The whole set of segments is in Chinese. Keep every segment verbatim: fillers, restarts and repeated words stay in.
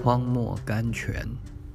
荒漠甘泉。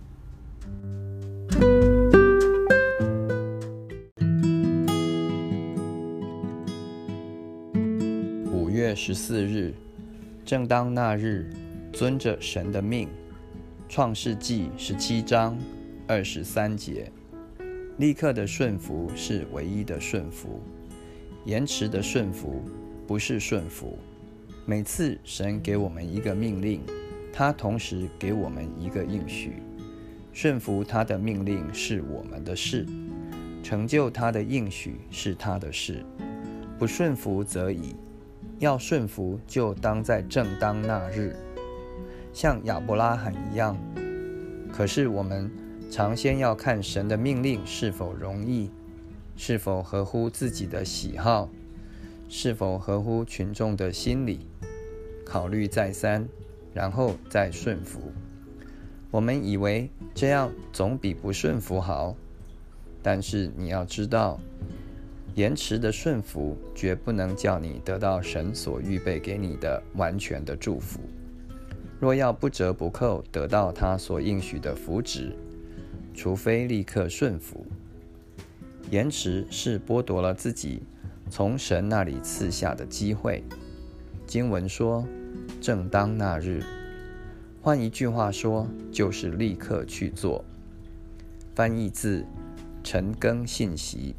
五月十四日，正当那日，遵着神的命，创世纪十七章二十三节，立刻的顺服是唯一的顺服，延迟的顺服不是顺服。每次神给我们一个命令，他同时给我们一个应许。顺服他的命令是我们的事，成就他的应许是他的事。不顺服则已，要顺服就当在正当那日，像亚伯拉罕一样。可是我们常先要看神的命令是否容易，是否合乎自己的喜好，是否合乎群众的心理，考虑再三，然后再顺服。我们以为这样总比不顺服好，但是你要知道，延迟的顺服绝不能叫你得到神所预备给你的完全的祝福。若要不折不扣得到他所应许的福祉，除非立刻顺服。延迟是剥夺了自己从神那里赐下的机会。经文说，正当那日，换一句话说，就是立刻去做。翻译自晨更信息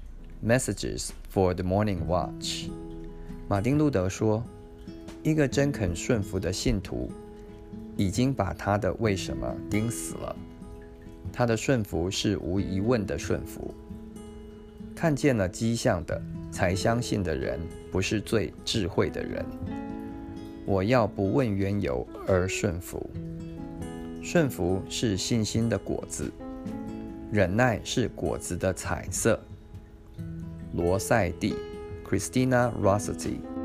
Messages for the Morning Watch。 马丁路德说，一个真肯顺服的信徒已经把他的为什么钉死了。他的顺服是无疑问的顺服。看见了迹象的才相信的人，不是最智慧的人。我要不问缘由而顺服。顺服是信心的果子，忍耐是果子的彩色。罗塞蒂 Christina Rossetti。